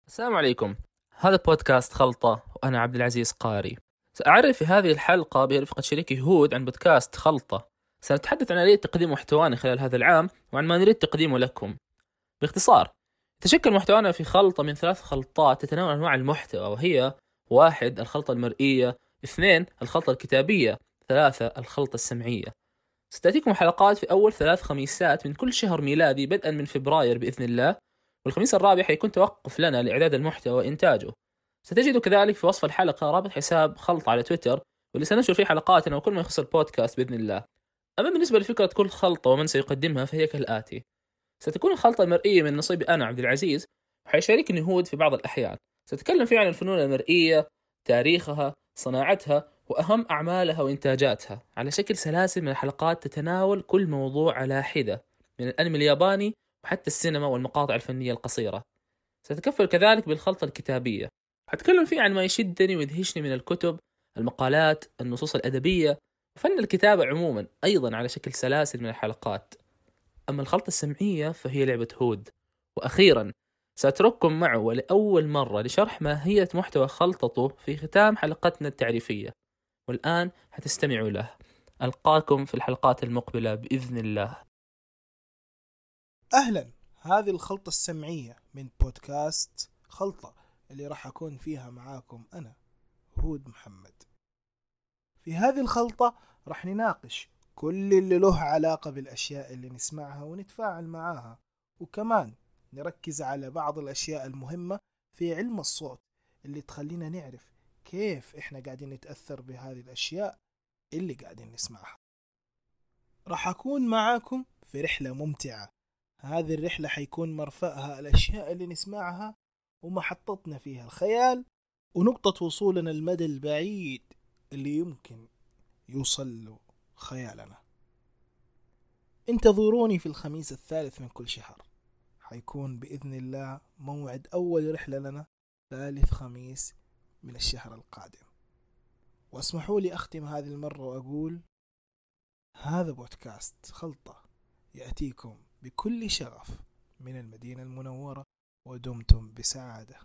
السلام عليكم. هذا بودكاست خلطة وأنا عبد العزيز قاري. سأعرف في هذه الحلقة برفقة شريكي هود عن بودكاست خلطة. سنتحدث عن آلية تقديم محتوانا خلال هذا العام وعن ما نريد تقديمه لكم. باختصار، يتشكل محتوانا في خلطة من 3 خلطات تتناول أنواع المحتوى، وهي: 1. الخلطة المرئية، 2. الخلطة الكتابية، 3. الخلطة السمعية. ستأتيكم حلقات في أول 3 خميسات من كل شهر ميلادي بدءا من فبراير بإذن الله، والخميس الرابع حيكون توقف لنا لإعداد المحتوى وإنتاجه. ستجد كذلك في وصف الحلقة رابط حساب خلط على تويتر، واللي سننشر فيه حلقاتنا وكل ما يخص البودكاست بإذن الله. أما بالنسبة لفكرة كل خلطة ومن سيقدمها فهي كالآتي: ستكون الخلطة المرئية من نصيبي أنا عبد العزيز، وحيشاركني هود في بعض الأحيان. سأتكلم فيه عن الفنون المرئية، تاريخها، صناعتها، وأهم أعمالها وإنتاجاتها، على شكل سلاسل من الحلقات تتناول كل موضوع على حدة، من الأنمي الياباني وحتى السينما والمقاطع الفنية القصيرة. سأتكفل كذلك بالخلطة الكتابية، حتكلم فيه عن ما يشدني ويدهشني من الكتب، المقالات، النصوص الأدبية، وفن الكتابة عموما، أيضا على شكل سلاسل من الحلقات. أما الخلطة السمعية فهي لعبة هود. وأخيرا، سأترككم معه ولأول مرة لشرح ماهية محتوى خلطته في ختام حلقتنا التعريفية، والآن حتستمعوا له. ألقاكم في الحلقات المقبلة بإذن الله. أهلا، هذه الخلطة السمعية من بودكاست خلطة اللي راح أكون فيها معاكم أنا هود محمد. في هذه الخلطة راح نناقش كل اللي له علاقة بالأشياء اللي نسمعها ونتفاعل معاها، وكمان نركز على بعض الأشياء المهمة في علم الصوت اللي تخلينا نعرف كيف إحنا قاعدين نتأثر بهذه الأشياء اللي قاعدين نسمعها. راح أكون معاكم في رحلة ممتعة. هذه الرحلة حيكون مرفأها الأشياء اللي نسمعها، ومحطتنا فيها الخيال، ونقطة وصولنا المدى البعيد اللي يمكن يوصل له خيالنا. انتظروني في الخميس الثالث من كل شهر، حيكون بإذن الله موعد أول رحلة لنا، ثالث خميس من الشهر القادم. واسمحوا لي أختم هذه المرة وأقول: هذا بودكاست خلطة يأتيكم بكل شغف من المدينة المنورة، ودمتم بسعادة.